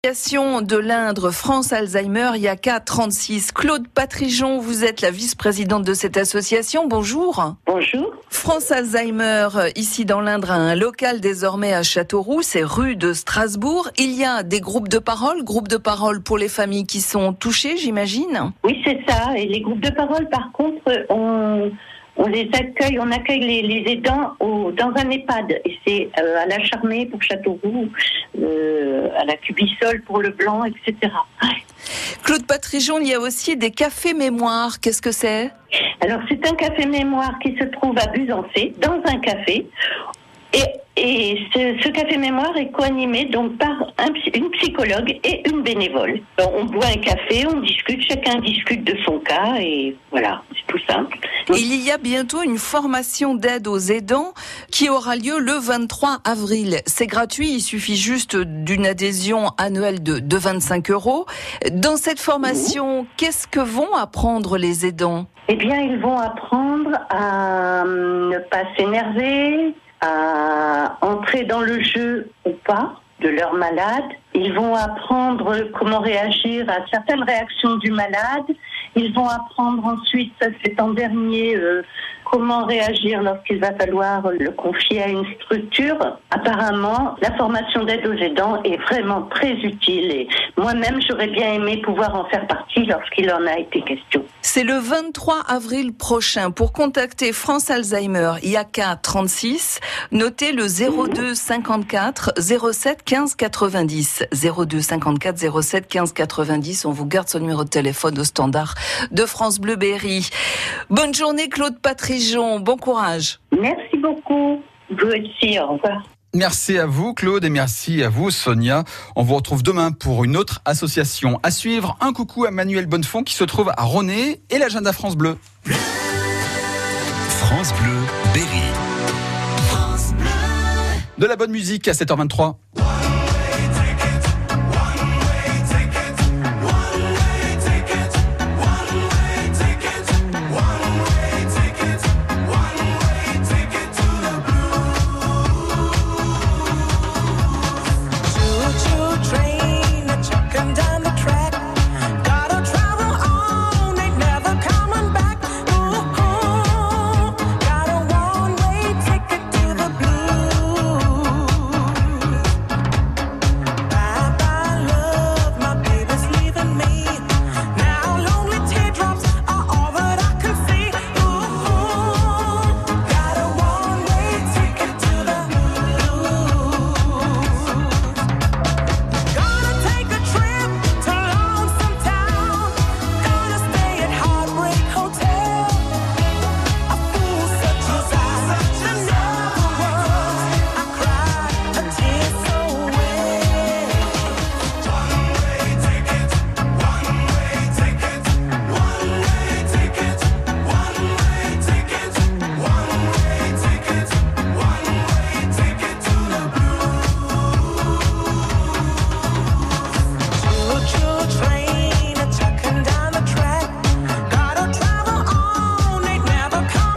L'association de l'Indre France Alzheimer IACA 36. Claude Patrijon, vous êtes la vice-présidente de cette association. Bonjour. Bonjour. France Alzheimer, ici dans l'Indre, a un local désormais à Châteauroux, c'est rue de Strasbourg. Il y a des groupes de parole pour les familles qui sont touchées, j'imagine. Oui, c'est ça. Et les groupes de parole, par contre, on les accueille, on accueille les aidants dans un EHPAD. Et c'est à la Charmée pour Châteauroux, à la Cubissole pour le Blanc, etc. Claude Patrijon, il y a aussi des cafés mémoire. Qu'est-ce que c'est ? Alors, c'est un café mémoire qui se trouve à Buzancé, dans un café. Et ce café mémoire est co-animé donc par une psychologue et une bénévole. Donc, on boit un café, on discute, chacun discute de son cas et voilà, c'est tout simple. Il y a bientôt une formation d'aide aux aidants qui aura lieu le 23 avril. C'est gratuit, il suffit juste d'une adhésion annuelle de 25 €. Dans cette formation, qu'est-ce que vont apprendre les aidants ? Eh bien, ils vont apprendre à ne pas s'énerver, à entrer dans le jeu ou pas de leur malade. Ils vont apprendre comment réagir à certaines réactions du malade. Ils vont apprendre ensuite, ça c'est en dernier, comment réagir lorsqu'il va falloir le confier à une structure. Apparemment, la formation d'aide aux aidants est vraiment très utile et moi-même j'aurais bien aimé pouvoir en faire partie lorsqu'il en a été question. C'est le 23 avril prochain. Pour contacter France Alzheimer IACA 36, notez le 02 54 07 15 90. 02 54 07 15 90. On vous garde son numéro de téléphone au standard de France Bleu Berry. Bonne journée Claude Patrijon, bon courage. Merci beaucoup. Vous aussi, au revoir. Merci à vous Claude et merci à vous Sonia. On vous retrouve demain pour une autre association. À suivre, un coucou à Manuel Bonnefond qui se trouve à Roné et l'agenda France Bleu. France Bleu Berry. De la bonne musique à 7h23.